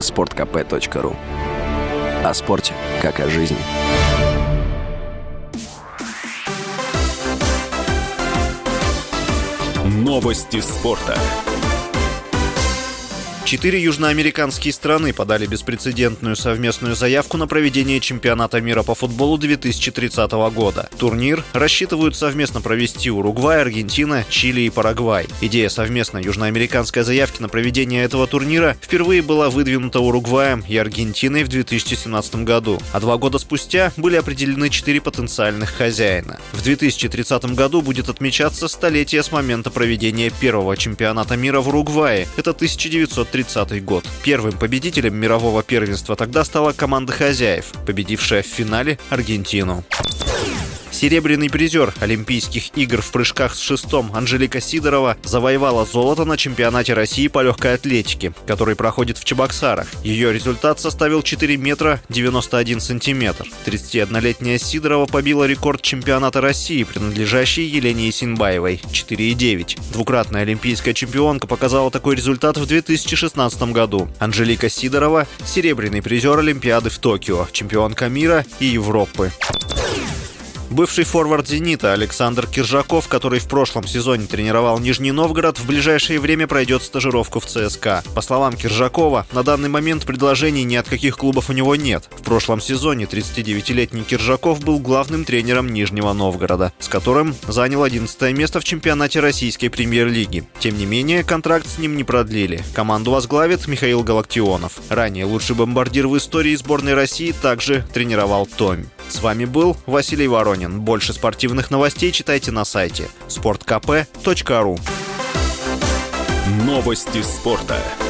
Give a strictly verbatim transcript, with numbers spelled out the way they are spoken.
спорт ка пэ точка ру. О спорте, как о жизни. Новости спорта. Четыре южноамериканские страны подали беспрецедентную совместную заявку на проведение чемпионата мира по футболу две тысячи тридцатого года. Турнир рассчитывают совместно провести Уругвай, Аргентина, Чили и Парагвай. Идея совместной южноамериканской заявки на проведение этого турнира впервые была выдвинута Уругваем и Аргентиной в две тысячи семнадцатом году, а два года спустя были определены четыре потенциальных хозяина. В две тысячи тридцатом году будет отмечаться столетие с момента проведения первого чемпионата мира в Уругвае. Это тысяча девятьсот тридцатый год. Первым победителем мирового первенства тогда стала команда хозяев, победившая в финале Аргентину. Серебряный призер Олимпийских игр в прыжках с шестом Анжелика Сидорова завоевала золото на чемпионате России по легкой атлетике, который проходит в Чебоксарах. Ее результат составил четыре метра девяносто один сантиметр. тридцатиоднолетняя Сидорова побила рекорд чемпионата России, принадлежащий Елене Есенбаевой – четыре девять. Двукратная олимпийская чемпионка показала такой результат в две тысячи шестнадцатом году. Анжелика Сидорова – серебряный призер Олимпиады в Токио, чемпионка мира и Европы. Бывший форвард «Зенита» Александр Киржаков, который в прошлом сезоне тренировал Нижний Новгород, в ближайшее время пройдет стажировку в ЦСКА. По словам Киржакова, на данный момент предложений ни от каких клубов у него нет. В прошлом сезоне тридцатидевятилетний Киржаков был главным тренером Нижнего Новгорода, с которым занял одиннадцатое место в чемпионате российской премьер-лиги. Тем не менее, контракт с ним не продлили. Команду возглавит Михаил Галактионов. Ранее лучший бомбардир в истории сборной России также тренировал Томь. С вами был Василий Воронин. Больше спортивных новостей читайте на сайте спорт ка пэ точка ру. Новости спорта.